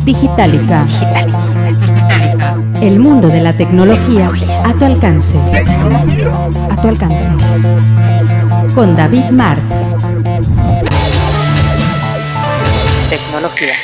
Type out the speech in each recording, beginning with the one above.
Digitalica. El mundo de la tecnología a tu alcance. A tu alcance. Con David Martz. Tecnología.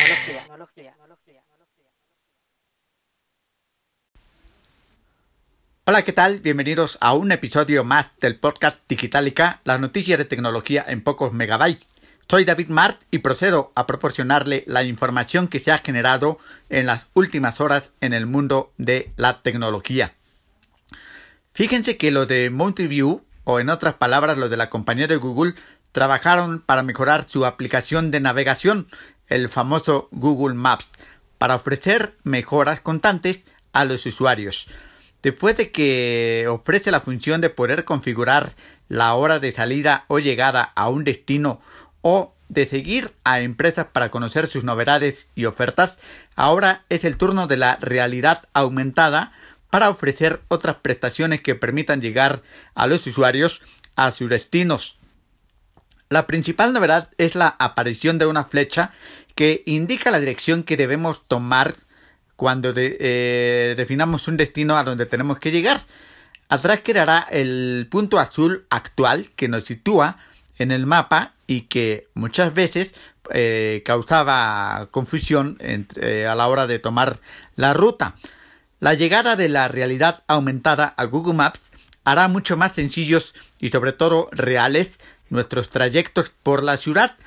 Hola, ¿qué tal? Bienvenidos a un episodio más del podcast Digitalica, las noticias de tecnología en pocos megabytes. Soy David Martz y procedo a proporcionarle la información que se ha generado en las últimas horas en el mundo de la tecnología. Fíjense que los de Mountain View, o en otras palabras los de la compañía de Google, trabajaron para mejorar su aplicación de navegación, el famoso Google Maps, para ofrecer mejoras constantes a los usuarios. Después de que ofrece la función de poder configurar la hora de salida o llegada a un destino o de seguir a empresas para conocer sus novedades y ofertas, ahora es el turno de la realidad aumentada para ofrecer otras prestaciones que permitan llegar a los usuarios a sus destinos. La principal novedad es la aparición de una flecha que indica la dirección que debemos tomar cuando definamos un destino a donde tenemos que llegar. Atrás quedará el punto azul actual que nos sitúa en el mapa y que muchas veces causaba confusión a la hora de tomar la ruta. La llegada de la realidad aumentada a Google Maps hará mucho más sencillos y sobre todo reales nuestros trayectos por la ciudad.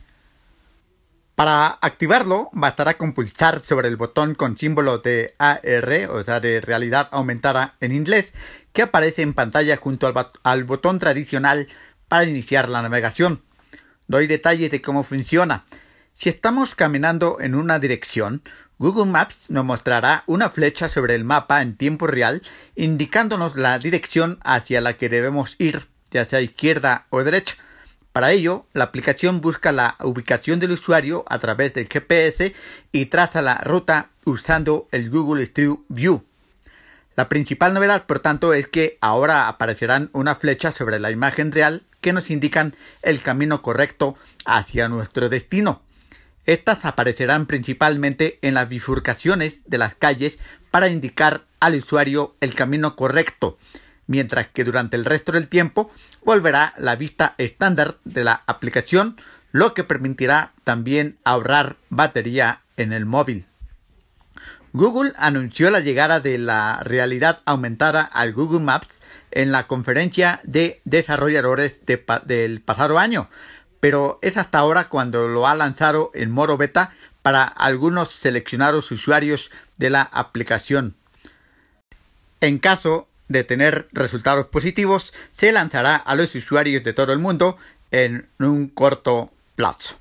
Para activarlo, bastará con pulsar sobre el botón con símbolo de AR, o sea, de realidad aumentada en inglés, que aparece en pantalla junto al botón tradicional para iniciar la navegación. Doy detalles de cómo funciona. Si estamos caminando en una dirección, Google Maps nos mostrará una flecha sobre el mapa en tiempo real, indicándonos la dirección hacia la que debemos ir, ya sea izquierda o derecha. Para ello, la aplicación busca la ubicación del usuario a través del GPS y traza la ruta usando el Google Street View. La principal novedad, por tanto, es que ahora aparecerán una flecha sobre la imagen real que nos indican el camino correcto hacia nuestro destino. Estas aparecerán principalmente en las bifurcaciones de las calles para indicar al usuario el camino correcto, mientras que durante el resto del tiempo volverá la vista estándar de la aplicación, lo que permitirá también ahorrar batería en el móvil. Google anunció la llegada de la realidad aumentada al Google Maps en la conferencia de desarrolladores del pasado año, pero es hasta ahora cuando lo ha lanzado en modo beta para algunos seleccionados usuarios de la aplicación. En caso de tener resultados positivos, se lanzará a los usuarios de todo el mundo en un corto plazo.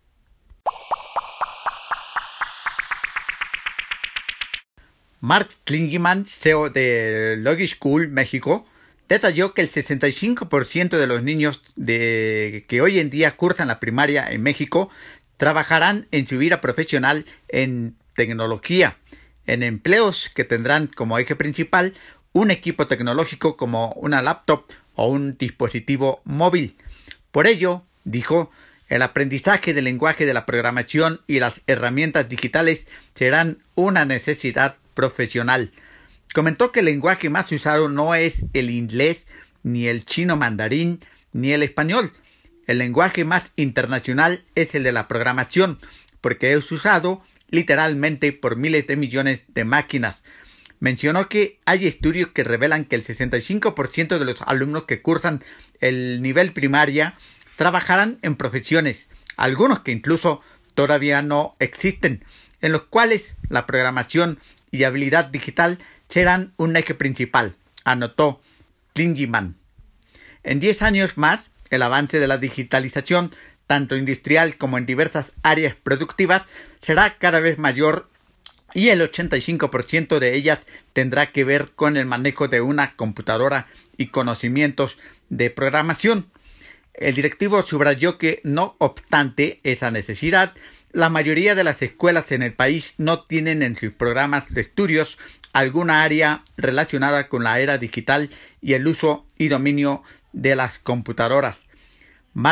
Mark Klingemann, CEO de Logic School México, detalló que el 65% de los niños que hoy en día cursan la primaria en México trabajarán en su vida profesional en tecnología, en empleos que tendrán como eje principal un equipo tecnológico como una laptop o un dispositivo móvil. Por ello, dijo, el aprendizaje del lenguaje de la programación y las herramientas digitales serán una necesidad profesional. Comentó que el lenguaje más usado no es el inglés, ni el chino mandarín, ni el español. El lenguaje más internacional es el de la programación, porque es usado literalmente por miles de millones de máquinas. Mencionó que hay estudios que revelan que el 65% de los alumnos que cursan el nivel primaria trabajarán en profesiones, algunos que incluso todavía no existen, en los cuales la programación y habilidad digital serán un eje principal, anotó Klingemann. En 10 años más, el avance de la digitalización, tanto industrial como en diversas áreas productivas, será cada vez mayor y el 85% de ellas tendrá que ver con el manejo de una computadora y conocimientos de programación. El directivo subrayó que, no obstante esa necesidad, la mayoría de las escuelas en el país no tienen en sus programas de estudios alguna área relacionada con la era digital y el uso y dominio de las computadoras. Mark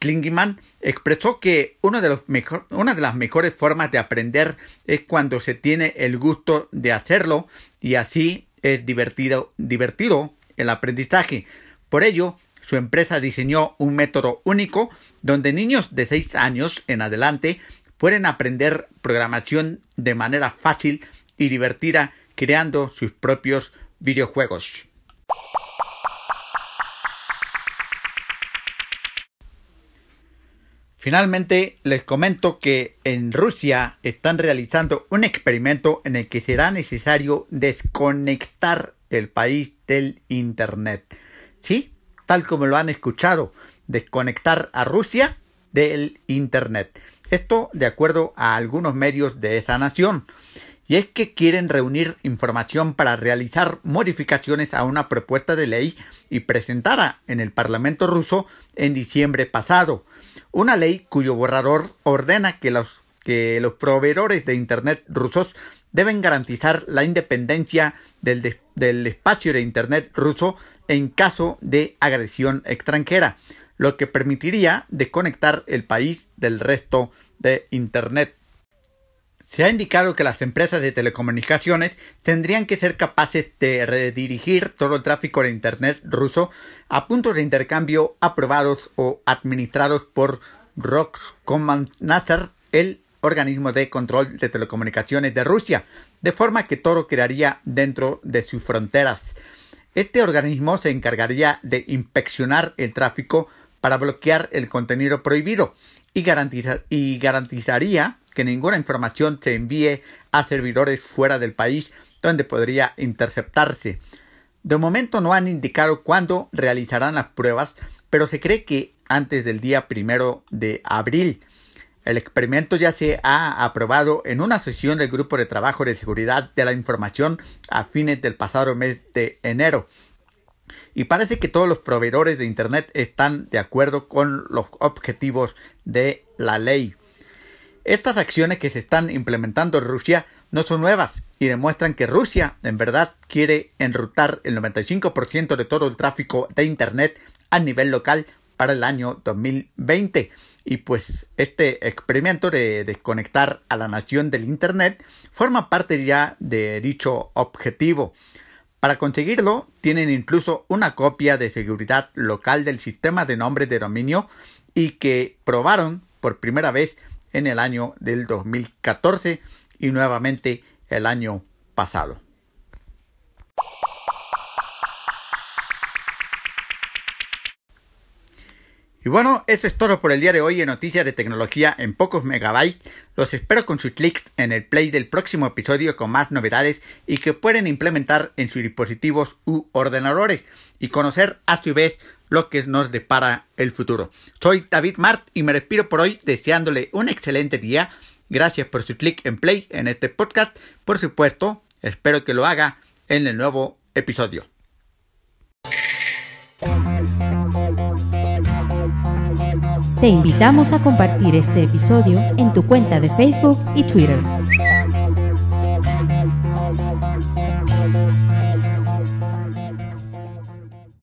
Klingemann expresó que una de las mejores formas de aprender es cuando se tiene el gusto de hacerlo y así es divertido el aprendizaje. Por ello, su empresa diseñó un método único donde niños de 6 años en adelante pueden aprender programación de manera fácil y divertida creando sus propios videojuegos. Finalmente, les comento que en Rusia están realizando un experimento en el que será necesario desconectar el país del Internet. ¿Sí? Tal como lo han escuchado, desconectar a Rusia del Internet. Esto de acuerdo a algunos medios de esa nación. Y es que quieren reunir información para realizar modificaciones a una propuesta de ley y presentada en el Parlamento ruso en diciembre pasado. Una ley cuyo borrador ordena que los proveedores de Internet rusos deben garantizar la independencia del espacio de Internet ruso en caso de agresión extranjera, lo que permitiría desconectar el país del resto de Internet. Se ha indicado que las empresas de telecomunicaciones tendrían que ser capaces de redirigir todo el tráfico de Internet ruso a puntos de intercambio aprobados o administrados por Roskomnadzor, el organismo de control de telecomunicaciones de Rusia, de forma que todo quedaría dentro de sus fronteras. Este organismo se encargaría de inspeccionar el tráfico para bloquear el contenido prohibido y garantizaría que ninguna información se envíe a servidores fuera del país donde podría interceptarse. De momento no han indicado cuándo realizarán las pruebas, pero se cree que antes del día 1 de abril. El experimento ya se ha aprobado en una sesión del Grupo de Trabajo de Seguridad de la Información a fines del pasado mes de enero. Y parece que todos los proveedores de Internet están de acuerdo con los objetivos de la ley. Estas acciones que se están implementando en Rusia no son nuevas y demuestran que Rusia en verdad quiere enrutar el 95% de todo el tráfico de Internet a nivel local para el año 2020. Y pues este experimento de desconectar a la nación del Internet forma parte ya de dicho objetivo. Para conseguirlo, tienen incluso una copia de seguridad local del sistema de nombres de dominio y que probaron por primera vez en el año del 2014 y nuevamente el año pasado. Y bueno, eso es todo por el día de hoy en Noticias de Tecnología en pocos megabytes. Los espero con sus clics en el play del próximo episodio con más novedades y que pueden implementar en sus dispositivos u ordenadores y conocer a su vez lo que nos depara el futuro. Soy David Mart y me despido por hoy deseándole un excelente día. Gracias por su clic en play en este podcast. Por supuesto, espero que lo haga en el nuevo episodio. Te invitamos a compartir este episodio en tu cuenta de Facebook y Twitter.